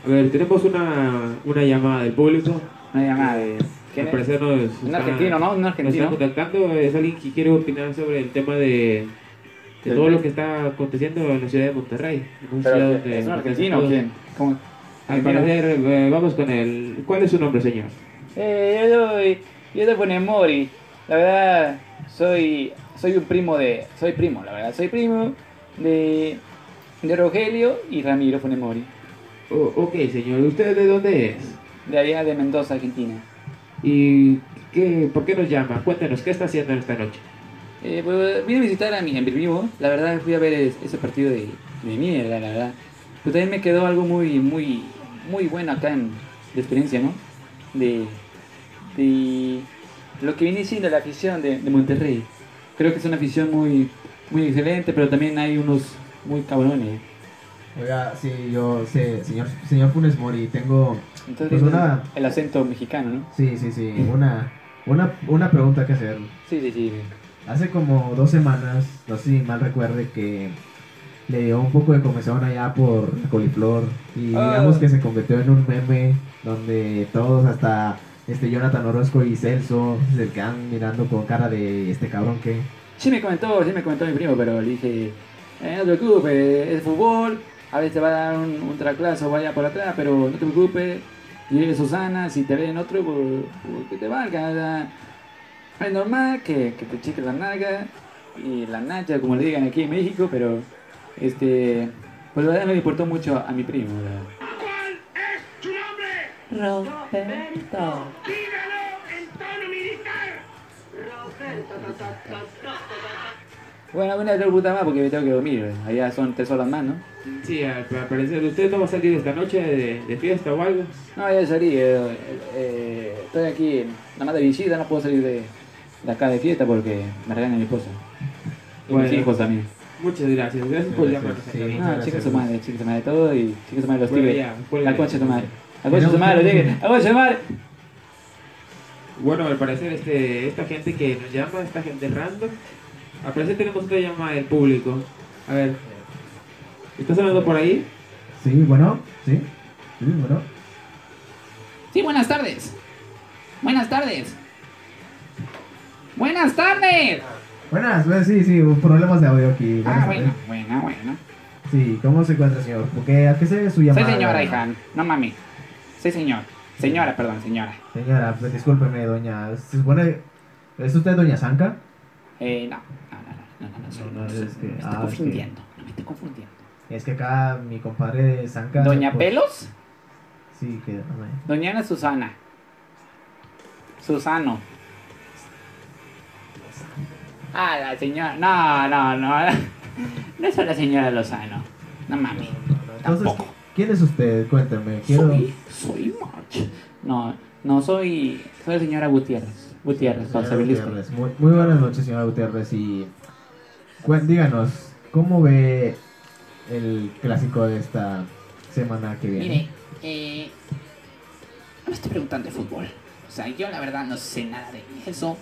A ver, tenemos una llamada del público. Una llamada de... Al ¿Quién es? parecer Un argentino, ¿no? Un nos está argentino. contactando. Es alguien que quiere opinar sobre el tema de Del todo lo Play. que está aconteciendo en la ciudad de Monterrey. En una ¿Pero ciudad qué? ¿Es un donde argentino o todos- quién? ¿Cómo? Al ¿Argentino? parecer, vamos con el... ¿Cuál es su nombre, señor? Yo soy Funemori. La verdad, soy un primo de... Soy primo, la verdad. Soy primo de Rogelio y Ramiro Funemori. Ok, señor. ¿Usted de dónde es? De allá de Mendoza, Argentina. ¿Y por qué nos llama? Cuéntenos, ¿qué está haciendo esta noche? Pues vine a visitar a mi primo. La verdad, fui a ver ese partido de mierda, la verdad. Pero también me quedó algo muy bueno acá de experiencia, ¿no? De, de lo que viene siendo la afición de Monterrey. Creo que es una afición muy excelente, pero también hay unos muy cabrones. Oiga, sí, yo sé, señor Funes Mori, tengo Entonces, pues una, el acento mexicano, ¿no? sí, una pregunta que hacer. Sí. Hace como 2 semanas, no sé si mal recuerde, que le dio un poco de comezón allá por la coliflor y Ah. digamos que se convirtió en un meme donde todos, hasta Jonathan Orozco y Celso, se quedan mirando con cara de este cabrón que... Sí me comentó mi primo, pero le dije, no te preocupes, es fútbol, a veces te va a dar un traclazo, vaya por atrás, pero no te preocupes, y eres Susana, si te ven otro, pues que te valga, o sea, es normal que te cheques la nalga y la nacha, como le digan aquí en México, pero, pues la verdad no le importó mucho a mi primo, la verdad. ¿Cuál es su nombre? Roberto. Dígalo en tono militar. Bueno, una pregunta más porque me tengo que dormir, allá son 3 horas más, ¿no? Sí, al parecer, ¿usted no va a salir esta noche de fiesta o algo? No, ya salí, estoy aquí, nada más de visita, no puedo salir de acá de fiesta porque me regaña mi esposa. Y mis Bueno. hijos también. Muchas gracias. Gracias por Gracias, llamarnos. sí. esta noche. Muchas No, gracias. chica su madre todo y chica su madre los Cuelga tigres. ya, cuelga La concha de ya. tu madre. La concha de tu madre, los tigres. La concha de tu madre. Bueno, al parecer esta gente que nos llama, esta gente random, al parecer tenemos otra llamada del público. A ver, ¿estás hablando por ahí? Sí, bueno, sí, bueno. Sí, buenas tardes. Buenas tardes. Buenas tardes. Buenas, sí, problemas de audio aquí. Ah, Buenas bueno. tardes. Sí, ¿cómo se encuentra, señor? Porque ¿a qué se debe su llamada? Soy señora, hija. No mami. Soy señor. Señora, perdón, señora. Señora, pues discúlpeme, doña. ¿Se supone... ¿Es usted doña Zanca? No, No, es que... me está confundiendo. No me estoy confundiendo. Es que acá mi compadre Zanca... ¿Doña pues, Pelos? Sí, que... Doña Ana Susana. Susano. Ah, la señora. No. No es la señora Lozano. No mami. Entonces, Tampoco. ¿quién es usted? Cuéntame. Quiero... Soy March. No, soy la señora Gutiérrez. Gutiérrez, para Señora servirles. Gutiérrez. Muy buenas noches, señora Gutiérrez. Y díganos, ¿cómo ve el clásico de esta semana que viene? Mire, no me estoy preguntando de fútbol. O sea, yo la verdad no sé nada de eso.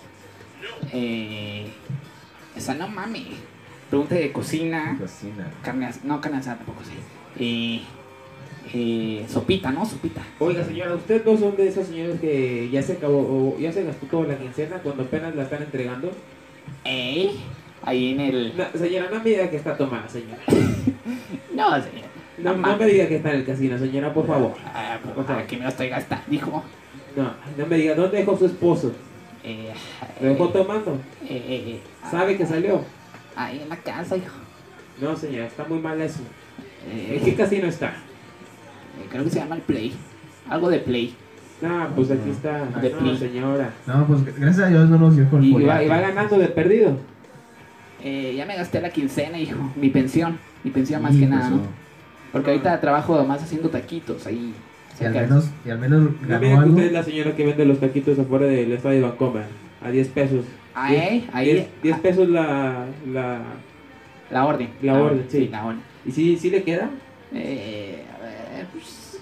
O sea, no mames. Pregunta de cocina. Cocina. Carne asada tampoco sé. Sopita, ¿no? Sopita. Oiga, señora, ¿usted no son de esos señores que ya se acabó o ya se gastó toda la quincena cuando apenas la están entregando? Ahí en el... No, señora, no me diga que está tomada, señora. No, señor. No me diga que está en el casino, señora, por favor. O sea, que me lo estoy gastando, dijo. No me diga, ¿dónde dejó su esposo? ¿Lo dejó tomando? ¿Sabe que salió? Ahí en la casa, hijo. No, señora, está muy mal eso. ¿En qué casino está? Creo que se llama el Play. Algo de Play. No, pues aquí está. De No, Play. señora. No, pues gracias a Dios no nos dio con Y va ganando de perdido. Ya me gasté la quincena, hijo. Mi pensión más que nada, ¿no? Porque ahorita trabajo más haciendo taquitos ahí. Y al cerca. menos No ganó me diga que algo. usted es la señora que vende los taquitos afuera del estadio de Vancomer. A 10 pesos. Ahí, 10 pesos la la orden. La orden, sí. La orden. ¿Y sí le queda? A ver, pues,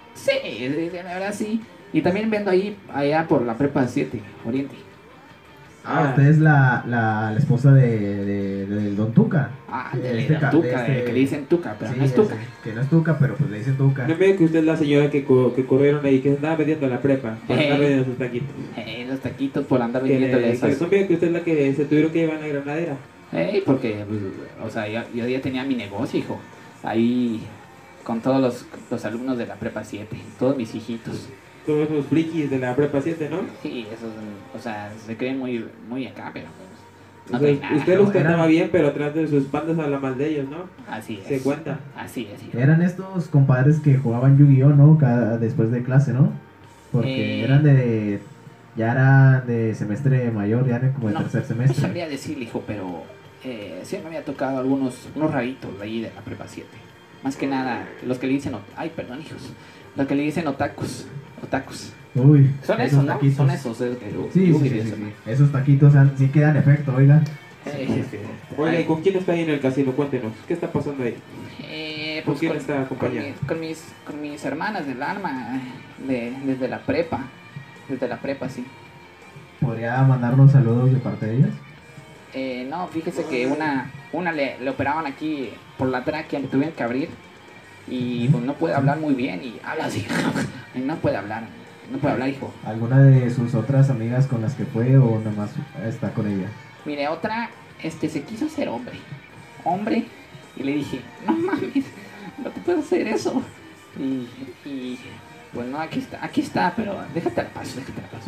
sí, la verdad sí. Y también vendo ahí, allá por la prepa 7, Oriente. Usted es la esposa del Don Tuca. Tuca, que le dicen Tuca, pero Sí, no es Tuca. que no es Tuca, pero pues le dicen Tuca. No me diga que usted es la señora que corrieron ahí, que se andaba vendiendo en la prepa, por andar vendiendo sus taquitos. Los taquitos por andar Que vendiéndole esas. no me diga que usted es la que se tuvieron que llevar a la granadera. Porque, pues, o sea, yo ya tenía mi negocio, hijo. Ahí, con todos los alumnos de la prepa 7, todos mis hijitos. Todos esos frikis de la prepa 7, ¿no? Sí, esos, o sea, se creen muy acá, pero pues, no Usted, traen nada. usted los ¿no? trataba bien, pero atrás de sus espaldas habla mal de ellos, ¿no? Así es. Se cuenta. Así es, hijo. Eran estos compadres que jugaban Yu-Gi-Oh, ¿no? Después de clase, ¿no? Porque ya eran de semestre mayor, ya eran como de tercer No semestre. sabría decirle, hijo, pero sí me había tocado unos raritos de ahí de la prepa 7. Más que nada, los que le dicen, ay, perdón, hijos, los que le dicen otakus. Uy, Son esos, ¿no? taquitos. Son esos. Sí. Esos taquitos sí quedan efecto, oiga. Oiga, ¿y con quién está ahí en el casino? Cuéntenos, ¿qué está pasando ahí? ¿Con Pues quién está acompañado? con mis hermanas del alma, desde la prepa. Desde la prepa, sí. ¿Podría mandarnos saludos de parte de ellas? No, fíjese que una le operaban aquí por la tráquea, le tuvieron que abrir. Y pues no puede hablar muy bien y habla así. No puede hablar, hijo. ¿Alguna de sus otras amigas con las que fue o nomás está con ella? Mire, otra, se quiso hacer hombre, y le dije, no mames, no te puedo hacer eso. Y pues no, aquí está, pero déjate al paso.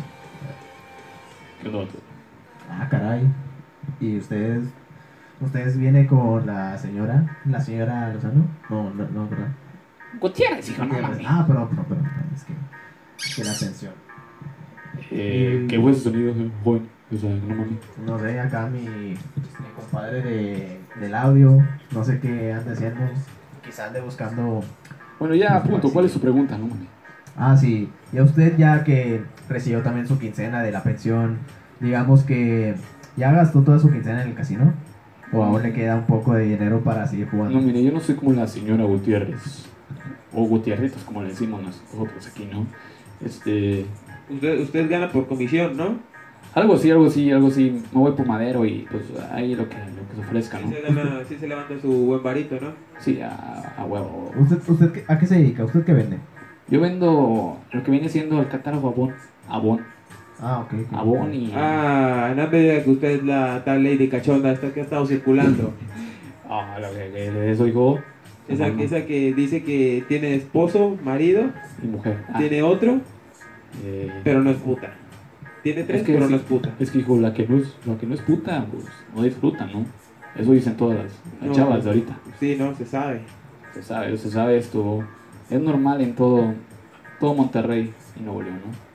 ¿Qué otro? Ah, caray. ¿Y ustedes vienen con la señora Lozano? No, ¿verdad? Gutiérrez, hijo, no mames. Perdón, es que la atención. ¿Qué fue ese sonido, joven? O sea, no mames. No sé, acá mi compadre del audio, no sé qué anda haciendo, quizá ande buscando... Bueno, ya, punto. ¿Cuál es su pregunta, no mames? Sí, y a usted ya que recibió también su quincena de la pensión, digamos que ya gastó toda su quincena en el casino, o aún le queda un poco de dinero para seguir jugando. No, mire, yo no soy como la señora Gutiérrez, o Gutierritos, como le decimos nosotros aquí, ¿no? Usted gana por comisión, ¿no? Algo así, me voy por madero y pues ahí lo que se ofrezca, ¿no? Sí se levanta su buen varito, ¿no? Sí, a huevo. ¿Usted a qué se dedica? ¿Usted qué vende? Yo vendo lo que viene siendo el catálogo Avon. Ok. Avon y... No me diga que usted es la tal Lady Cachonda, esta que ha estado circulando. lo que eso, hijo. Esa que dice que tiene esposo, marido, Y mujer. tiene otro, pero no es puta. Tiene tres, pero sí, no es puta. Es que, hijo, la que no es puta, pues no disfruta, ¿no? Eso dicen todas las No, chavas de ahorita. Sí, no, se sabe. Se sabe esto. Es normal en todo Monterrey y Nuevo León, ¿no?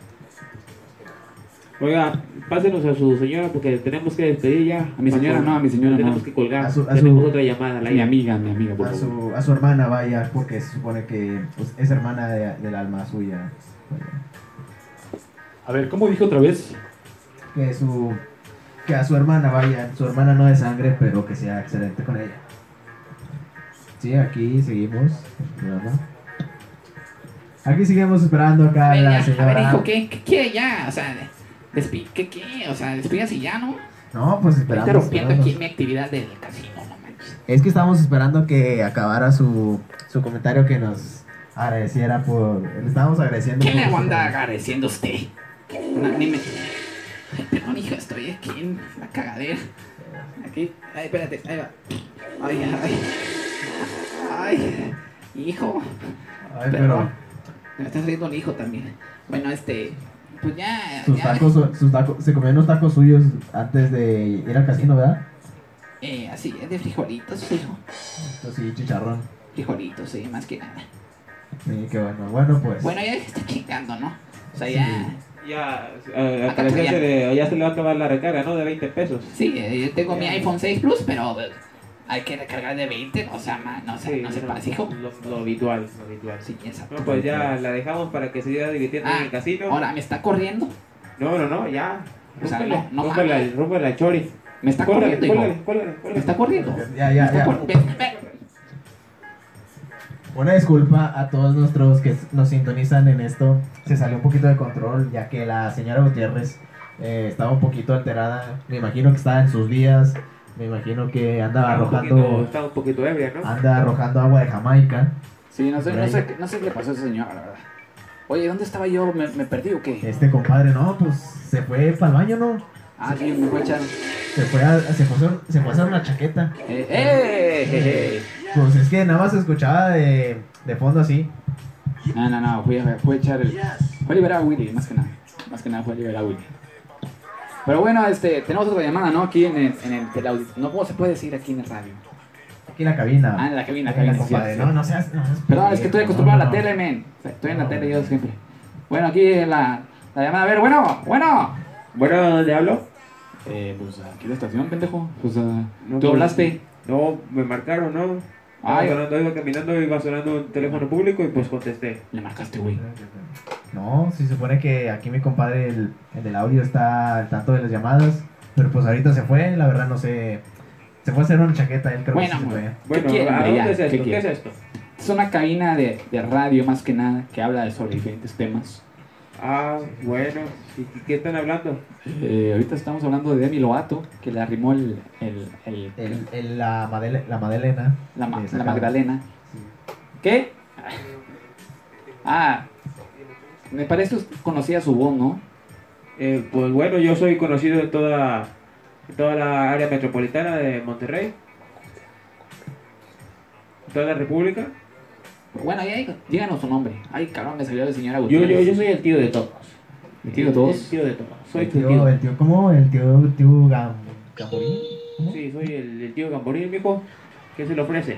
Oiga, pásenos a su señora porque tenemos que despedir ya. A mi señora no. Tenemos que colgar. A Tenemos su- otra llamada. Mi amiga, por A favor. su hermana vaya, porque se supone que pues, es hermana del alma suya. A ver, ¿cómo dije otra vez? Que a su hermana vaya, su hermana no de sangre, pero que sea excelente con ella. Sí, aquí seguimos el programa. Aquí seguimos esperando acá a la señora. A ver, hijo, ¿qué quiere ya? O sea, ¿qué? O sea, despídase ya, ¿no? No, pues Está esperamos. interrumpiendo aquí mi actividad del casino, no manches. Es que estábamos esperando que acabara su comentario, que nos agradeciera le estábamos agradeciendo. ¿Qué le por su anda comentario. agradeciendo usted? No, ni me... Ay, perdón, hijo, estoy aquí en la cagadera. Aquí, ay, espérate, ahí va. Ay, hijo. Ay, Perdón. Me está saliendo un hijo también. Bueno, pues ya. Sus tacos, se comían unos tacos suyos antes de ir al casino, ¿verdad? Así, es de frijolitos, hijo. Esto sí, chicharrón. Frijolitos, sí, más que nada. Sí, qué bueno. Bueno, pues. Bueno, ya está chingando, ¿no? O sea, Sí. ya. Ya, al parecer ya se le va a acabar la recarga, ¿no? De 20 pesos. Sí, yo tengo mi iPhone 6 Plus, pero hay que recargar de 20, o sea, no se pasa, hijo. Lo habitual. Sí, exacto. No, pues ya la dejamos para que se siga divirtiendo en el casino. Ahora, ¿me está corriendo? No, ya. O sea, Rómpele la chori. Me está corriendo, hijo. Me está corriendo. Ya. Una disculpa a todos nuestros que nos sintonizan en esto. Se salió un poquito de control, ya que la señora Gutiérrez estaba un poquito alterada. Me imagino que estaba en sus días. Me imagino que anda arrojando, Estaba un poquito ebria, ¿no? anda arrojando agua de Jamaica. Sí, no sé qué le pasó a esa señora, la verdad. Oye, ¿dónde estaba yo? ¿Me perdí o qué? Este compadre, no, pues se fue para el baño, ¿no? Ah, sí, me voy a echar. Se fue a hacer una chaqueta. Pues es que nada más se escuchaba de fondo así. No, fui a echar el... Fue a liberar a Willy, más que nada. Más que nada fue a liberar a Willy. Pero bueno, tenemos otra llamada, ¿no? Aquí en el audio. No, ¿cómo se puede decir aquí en el radio? Aquí en la cabina. Ah, en la cabina, Venga, sí, compadre. sí. No seas Perdón, es que estoy acostumbrado a la no. tele, men. Estoy en la tele yo siempre. Bueno, aquí la llamada. A ver, bueno. Bueno, ¿dónde hablo? Pues aquí la estación, pendejo. Pues No, tú pues, hablaste. No, me marcaron, ¿no? Ay. Iba caminando, iba sonando un teléfono público y pues contesté. Le marcaste, güey. No, se supone que aquí mi compadre, el del audio, está al tanto de las llamadas. Pero pues ahorita se fue, la verdad no sé. Se fue a hacer una chaqueta, él creo Bueno, que sí se fue. Bueno, quieren, ¿a hombre, dónde ya? es esto? ¿Qué ¿Qué quieren? es esto? Es una cabina de radio, más que nada, que habla sobre diferentes temas. Ah, bueno, ¿y qué están hablando? Ahorita estamos hablando de Demi Lovato, que le arrimó La Madelena. la Magdalena. ¿Qué? Ah, me parece que conocía su voz, ¿no? Pues bueno, yo soy conocido en toda la área metropolitana de Monterrey, toda la República. Bueno, ahí, díganos su nombre. Ay, cabrón, me salió el señor Yo Agustín. soy el tío de todos. ¿El tío de todos? El tío de todos. Soy El tu tío, tío. el tío, ¿cómo? El tío Gamborín. ¿Cómo? Sí, soy el tío Gamborín, mijo. ¿Qué se le ofrece?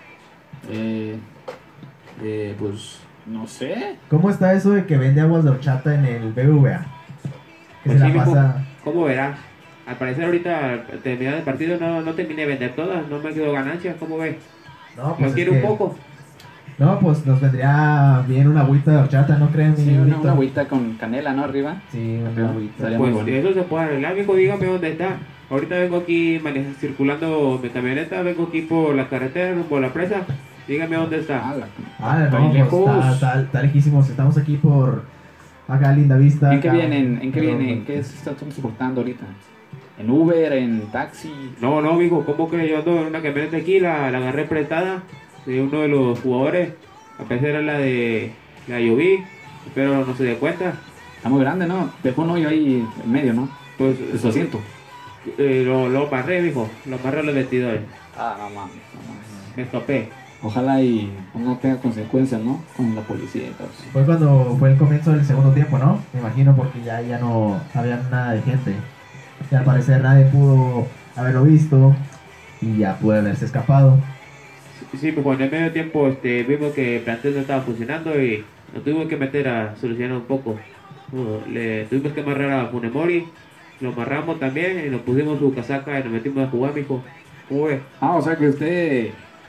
Pues, no sé. ¿Cómo está eso de que vende aguas de horchata en el BBVA? Que Pues se sí, la mijo. pasa. ¿Cómo verás? Al parecer ahorita, al terminar el partido, no terminé de vender todas. No me quedó ganancia. ¿Cómo ves? No, ¿Lo pues es quiere un que- poco? No, pues nos vendría bien una agüita de horchata, ¿no creen? Sí, mi una niñito? agüita con canela, ¿no? Arriba. Sí, una agüita. Estaría muy Pues bueno. eso se puede arreglar, mijo. Dígame dónde está. Ahorita vengo aquí circulando mi camioneta. Vengo aquí por la carretera, por la presa. Dígame dónde está. Ah, Está no, ahí pues lejos. está lejísimos. Estamos aquí por acá, Linda Vista. ¿En qué acá. vienen? ¿En qué Pero- vienen? ¿Qué estamos soportando ahorita? ¿En Uber? ¿En taxi? No, mijo. ¿Cómo que yo ando en una camioneta aquí? La agarré prestada de uno de los jugadores. A pesar era la de Lloví, pero no se dio cuenta. Está muy grande, ¿no? Dejó un hoyo ahí en medio, ¿no? Pues De su asiento. lo amarré, mijo. Lo amarré a los vestidores. Ah, no mames. Me topé. Ojalá y no tenga consecuencias, ¿no? Con la policía y todo eso. Fue cuando fue el comienzo del segundo tiempo, ¿no? Me imagino porque ya no había nada de gente. Y al parecer nadie pudo haberlo visto y ya pudo haberse escapado. Sí, mijo. En el medio tiempo vimos que el plantel no estaba funcionando y nos tuvimos que meter a solucionar un poco. Le tuvimos que amarrar a Funemori. Lo amarramos también y nos pusimos su casaca y nos metimos a jugar, mijo. ¿Cómo ves? Ah, o sea que usted...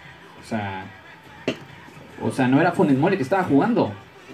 O sea, no era Funes Mori que estaba jugando.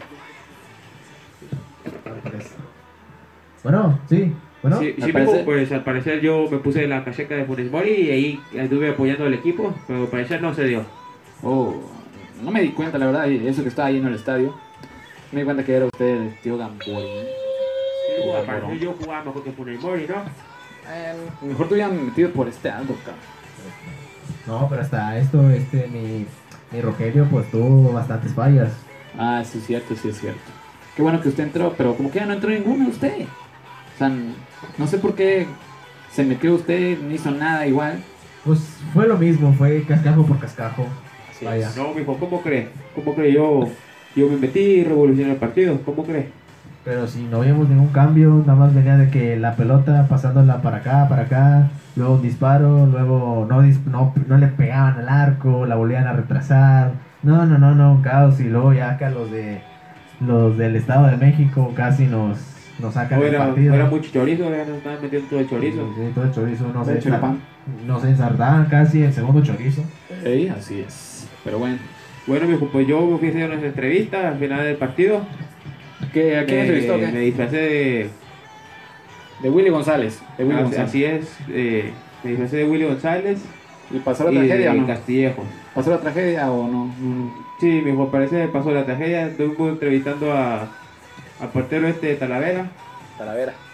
Bueno, sí. Bueno, Sí, al mijo, parecer- pues al parecer yo me puse la casaca de Funes Mori y ahí estuve apoyando al equipo, pero al parecer no se dio. Oh, no me di cuenta, la verdad, y eso que estaba ahí en el estadio. Me di cuenta que era usted el tío Gamborín. Al parecer yo jugaba mejor que Funes Mori, ¿no? Mejor te hubieran metido por este algo, cabrón. no, pero hasta esto, mi Rogelio, pues tuvo bastantes fallas. Ah, sí es cierto, sí es cierto. Qué bueno que usted entró, pero como que ya no entró ninguno usted. O sea, no sé por qué se metió usted, no hizo nada igual. Pues fue lo mismo, fue cascajo por cascajo. Así Vaya. es. No, mijo, ¿cómo crees? ¿Cómo crees? Yo me metí y revolucioné el partido, ¿cómo crees? Pero si no vimos ningún cambio, nada más venía de que la pelota pasándola para acá, luego un disparo, luego no le pegaban al arco, la volvían a retrasar. No, un caos. Y luego ya acá los del Estado de México casi nos sacan No el era, partido. era mucho chorizo, ya nos estaban metiendo todo el chorizo. Sí, todo el chorizo, no De se, hecho, el pan. no se ensartaban casi el segundo chorizo. Ey, así es. Pero bueno. Bueno, mijo, pues yo fui a hacer unas entrevistas al final del partido. ¿A quién entrevistó? Me ¿Qué? disfracé De Willy González. De Willy González. así es, me disfracé de Willy González ¿Y pasó la y tragedia o de no? Castillejo. ¿Pasó la tragedia o no? Sí, mijo, parece que pasó la tragedia. Estuvimos entrevistando al portero de Talavera. Talavera.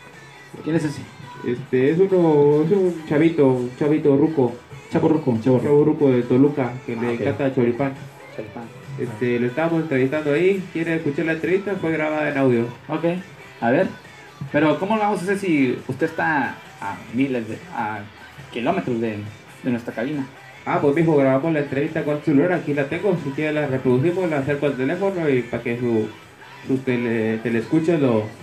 ¿Quién es ese? Es un chavito ruco, Chaborruco. chavo ruco de Toluca, que le Ok. encanta choripán. Chalipán. Lo estábamos entrevistando ahí. ¿Quiere escuchar la entrevista? Fue grabada en audio. Ok, a ver. Pero ¿cómo lo vamos a hacer si usted está a a kilómetros de nuestra cabina? Ah, pues mijo, grabamos la entrevista con su celular, aquí la tengo, si quiere la reproducimos, la acerco al teléfono y para que su teleescuche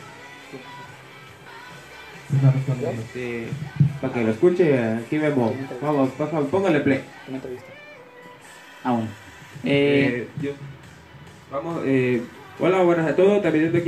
para que lo escuche, aquí vemos. Vamos, póngale play. Ah, bueno. Vamos, hola, buenas a todos, también estoy aquí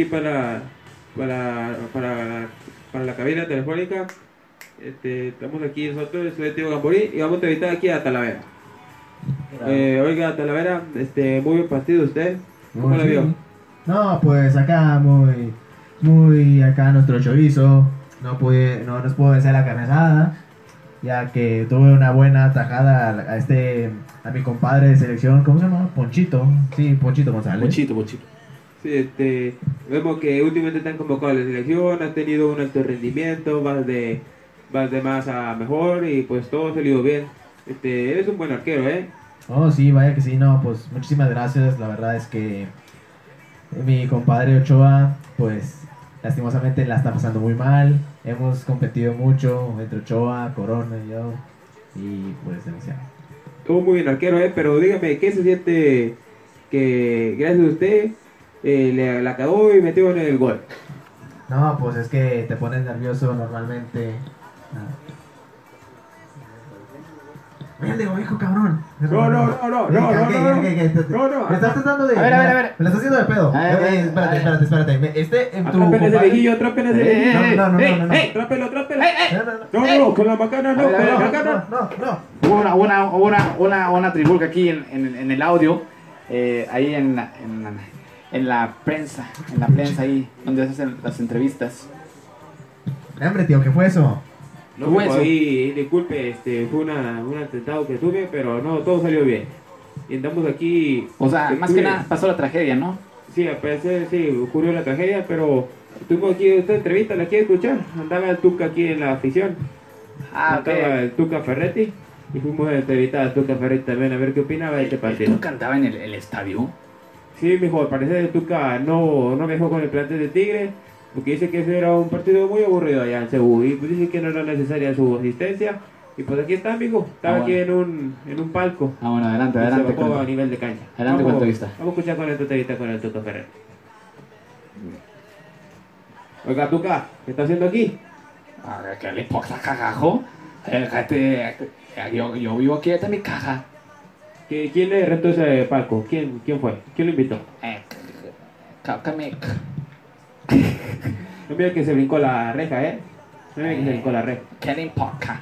para la cabina telefónica. Estamos aquí nosotros, soy Tío Gamborí y vamos a entrevistar aquí a Talavera. Oiga, Talavera, muy buen partido usted. ¿Cómo No, lo sí. vio? No, pues acá muy acá nuestro chorizo. No nos pudo vencer la carne asada, ya que tuve una buena tajada a mi compadre de selección, ¿cómo se llama? Ponchito, sí, Ponchito González. Bochito. Sí, vemos que últimamente están convocados a la selección, ha tenido un alto rendimiento, vas de más a mejor y pues todo ha salido bien. Eres un buen arquero, ¿eh? Oh, sí, vaya que sí, no, pues muchísimas gracias. La verdad es que mi compadre Ochoa, pues lastimosamente la está pasando muy mal. Hemos competido mucho entre Ochoa, Corona y yo, y pues demasiado. Un muy buen arquero, ¿eh? Pero dígame, ¿qué se siente que gracias a usted la cagó y metió en el gol? No, pues es que te pones nervioso normalmente. Digo, hijo cabrón. No. Me estás tratando de. A ver. Me la estás haciendo de pedo. A ver, Espérate. En tu. Atrápele ese compadre- viejillo, atrápele ese viejillo. No. Atrápelo. No, No, con la macana no, A ver, con la a ver, macana. no. Hubo una trifulca aquí en el audio, ahí en la prensa ahí, donde se hacen las entrevistas. Hombre, tío, ¿qué fue eso? No, ¿Cómo mijo, eso? ahí, disculpe, fue un atentado que tuve, pero no, todo salió bien. Y andamos aquí. O sea, más que estuve- nada pasó la tragedia, ¿no? Sí, al parecer sí, ocurrió la tragedia, pero estuvimos aquí esta entrevista, ¿la quiere escuchar? Andaba el Tuca aquí en la afición. Ah, ok. Andaba el Tuca Ferretti. Y fuimos a entrevistar al Tuca Ferretti también a ver qué opinaba de este partido. ¿Tú cantaba en el estadio? Sí, mijo, al parecer el Tuca no viajó con el plantel de Tigre, porque dice que ese era un partido muy aburrido allá en Cebu, y pues dice que no era necesaria su asistencia, y pues aquí está, mijo, estaba Ah, aquí bueno. en un palco, Ah, bueno, adelante. y se bajó a cuenta. nivel de cancha. Adelante con la entrevista. Vamos a escuchar con esta entrevista con el Tuca Ferrer. Oiga, Tuca, ¿qué está haciendo aquí? Ah, ¿qué le importa, cagajo? Yo vivo aquí, esta es mi caja. ¿Quién le rentó ese palco? ¿Quién fue? ¿Quién lo invitó? No mira que se brincó la reja, ¿eh? No mira que se brincó la reja. ¿Qué le importa?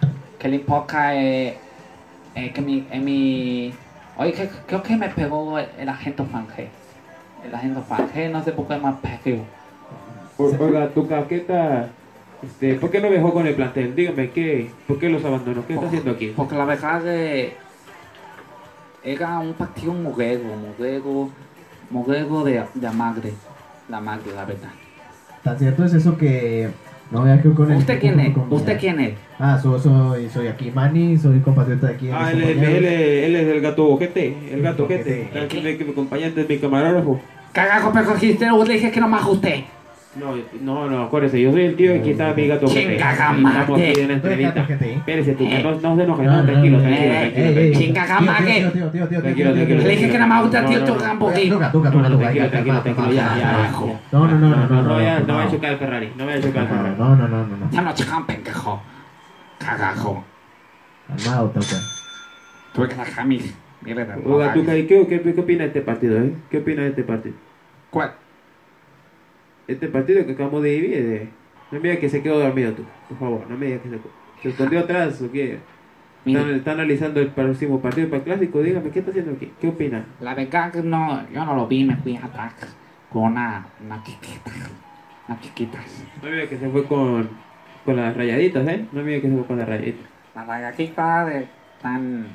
Oye, creo que me pegó el agente Fangé. El agente Fangé, no sé por qué me pegó. Oiga, Tuca, ¿qué tal? ¿Por qué no viajó con el plantel? Dígame, ¿por qué los abandonó? ¿Qué está haciendo aquí? Porque la verdad que era un partido moguego de Amagre. La verdad. Tan cierto es eso que no viajó con el. ¿Usted quién es? con- ¿Usted quién es? Ah, soy aquí Manny, soy compatriota de aquí. de Ah, mis él compañeros. es el gato ojete. El gato ojete. Ojete. Mi acompañante es mi camarógrafo. Cagajo, pero dijiste, le dije que no me ajusté. No, acuérdese, yo soy el tío y aquí está mi gato ojete. Chinga, Estamos aquí en la Tú eres entrevista. gato ojete. Espérese, Tuca, no se enoje, No, no, tranquilo. Chinga, camague. Tío. Le dije que no me gusta, tío, tu campo. Tuca, Tranquilo, ya. No. No vaya a chocar el Ferrari, no vaya a chocar el Ferrari. No. Ya no checan, pendejo. Cagajo. Calmado, Tuca. Tuve que dejar mi mierda. Oiga, Tuca, ¿y qué opina de este partido, eh? ¿Qué opina de este partido? ¿Cuál? Este partido que acabamos de vivir, no me digas que se quedó dormido tú, por favor, no me digas que se escondió atrás o qué. Mire. Está analizando el próximo partido para el clásico, dígame, ¿qué está haciendo aquí? ¿Qué opina? La verdad que no, yo no lo vi, me fui atrás con una chiquita. Unas chiquitas. No me digas que se fue con las rayaditas, ¿eh? No me digas que se fue con las rayaditas. Las galletitas tan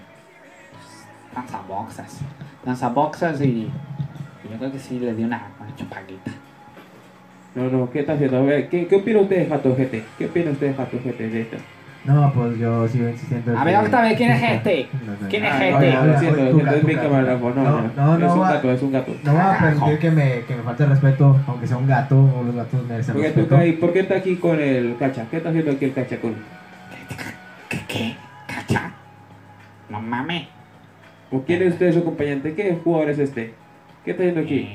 saboxas y yo creo que sí le di una chupadita. No, ¿qué está haciendo? A ver, ¿qué opina usted, Jato GT? ¿Qué opina usted, Jato GT, de esto? No, pues yo sigo insistiendo. A ver, Octavio, ¿quién es este? ¿Quién es este? Oye, lo siento, Tuca, es mi Tuca, camarógrafo, Tuca. no. Es un va- gato, es un gato. No voy a permitir que me falte el respeto, aunque sea un gato, o los gatos merecen Porque respeto. Tuca, ¿y por qué está aquí con el cacha? ¿Qué está haciendo aquí el cacha con? ¿Qué? ¿Cacha? No mames. ¿O quién es usted su acompañante? ¿Qué jugador es este? ¿Qué está haciendo aquí?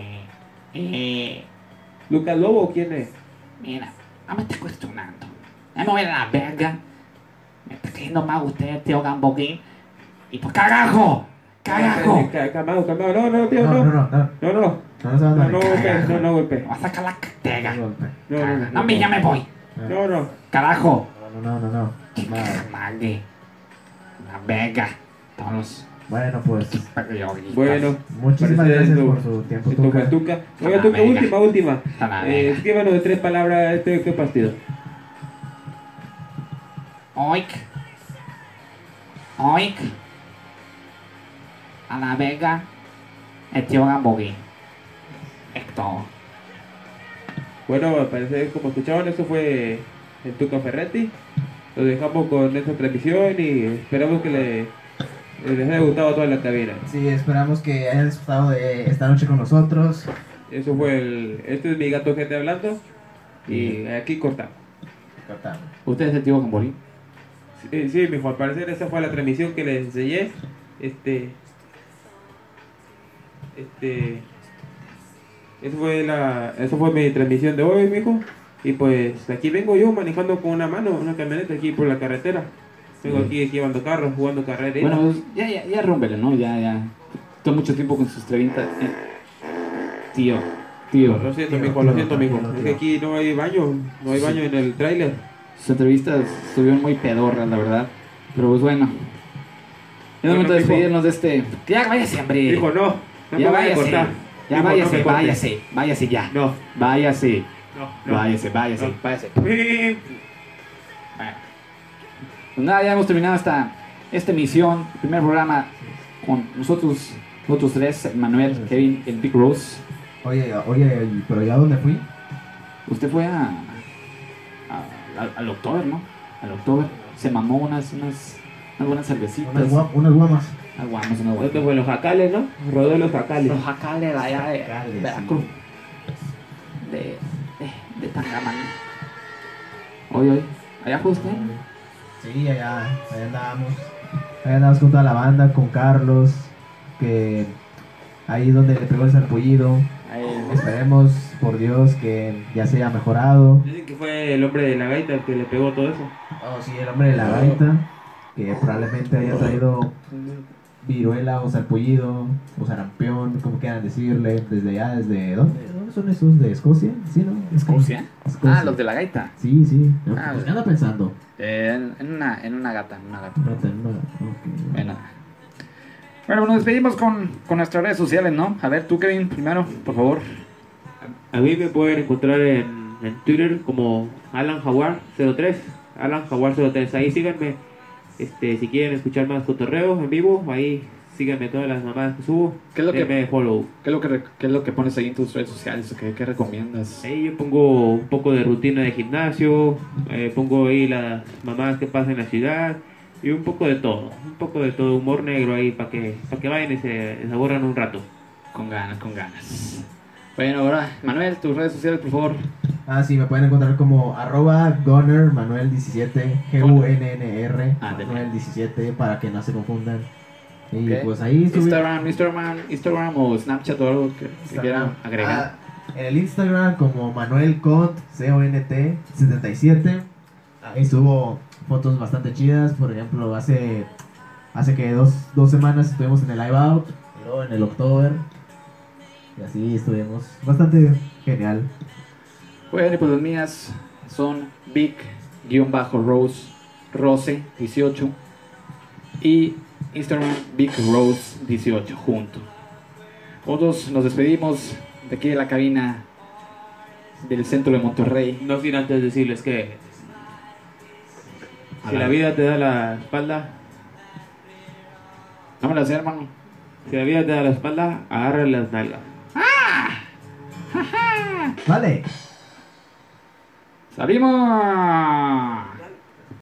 ¿Lucas Lobo o quién es? Mira, no me estés cuestionando. Ya me voy a la verga. Me está creyendo más usted, tío Gamboquín. Y pues carajo. Carajo. Calmado. No, tío, No, no. no, no, no, No, no. no se van a No golpes, no golpes. Me va a sacar la catega. No golpe. No, mira, ya me voy. No. Carajo. No. Madre. La verga. Todos los Bueno, pues periodistas. Bueno, muchísimas parece gracias esto- por su tiempo, esto fue Tuca. Tuca. Oiga, Tuca, Venga. última. A la verga. Escríbanos de 3 palabras qué partido. Oik. A la verga. El tío Gamboquín. Es todo. Bueno, al parecer, como escuchaban, eso fue el Tuca Ferretti. Lo dejamos con esta transmisión y esperamos que les haya gustado a toda la cabina. Sí, esperamos que hayan disfrutado de esta noche con nosotros. Eso fue este es mi gato gente hablando y aquí cortamos. Cortamos. ¿Usted es el tío Gamboquín? Sí, mijo, al parecer esa fue la transmisión que les enseñé. Eso fue mi transmisión de hoy, mijo. Y pues aquí vengo yo manejando con una mano, una camioneta aquí por la carretera. Vengo aquí llevando carros, jugando carreras. Bueno, pues, ya rómpele, ¿no? Ya. Todo mucho tiempo con sus trevintas. Tío. Lo siento, mijo, lo siento, mijo. Tío. Es que aquí no hay baño en el tráiler. Sus entrevistas estuvieron muy pedorras, la verdad. Pero pues bueno. Es momento de mijo. despedirnos de este. Ya váyase, hombre. Dijo, no me Ya vaya a váyase. cortar. Ya Mijo, váyase, no me cortes. váyase ya. No, Váyase. no. Váyase. No. Váyase. Sí. Pues nada, ya hemos terminado esta emisión, el primer programa con nosotros tres, Manuel, Kevin, el Big Rose. Oye, pero ¿ya dónde fui? Usted fue al October, ¿no? Al October. Se mamó unas buenas cervecitas. Unas guamas. Aguamos, Esto unas fue los jacales, ¿no? Rodó de los jacales. Los jacales de allá de Jacales, Veracruz. De Tangamán. Oye, ¿allá fue usted? Sí, allá andábamos. Allá andábamos con toda la banda, con Carlos, que ahí donde le pegó el sarpullido. Esperemos, por Dios, que ya se haya mejorado. Dicen que fue el hombre de la gaita el que le pegó todo eso. Oh, sí, el hombre de la gaita, que probablemente haya traído viruela o sarpullido o sarampión, como quieran decirle, desde allá, ¿desde dónde son esos? ¿De Escocia? ¿Sí, no? ¿Escocia? Escocia. Ah, los de la gaita. Sí, sí. No, Ah, pues, ¿qué anda pensando? En una gata. Bueno. Bueno, nos despedimos con nuestras redes sociales, ¿no? A ver, tú, Kevin, primero, por favor. A mí me pueden encontrar en Twitter como Alan Jaguar 03. Alan Jaguar 03. Ahí síganme. Si quieren escuchar más cotorreos en vivo, ahí síganme todas las mamadas que subo. ¿Qué es lo que- Denme follow. ¿Qué es lo que pones ahí en tus redes sociales? ¿Qué recomiendas? Ahí yo pongo un poco de rutina de gimnasio, pongo ahí las mamadas que pasan en la ciudad y un poco de todo, humor negro ahí para que vayan y se aburran un rato. Con ganas. Bueno, ahora, Manuel, tus redes sociales, por favor. Ah, sí, me pueden encontrar como @Gunner Manuel17, GUNNR Ándale. Manuel17, para que no se confundan. Y Ok. pues ahí subí- Instagram o Snapchat o algo que quieran agregar. En el Instagram como Manuel Cont, CONT77. Ahí subo fotos bastante chidas. Por ejemplo, hace que dos semanas estuvimos en el Live Out, y luego en el October. Y así estuvimos. Bastante genial. Bueno, y pues las mías son Big-Rose18 y Instagram BigRose18 junto. Todos nos despedimos de aquí de la cabina del centro de Monterrey. No sin antes decirles que si A la- la vida te da la espalda, No me la sé, hermano. agarra las nalgas. Vale. ¡Salimos!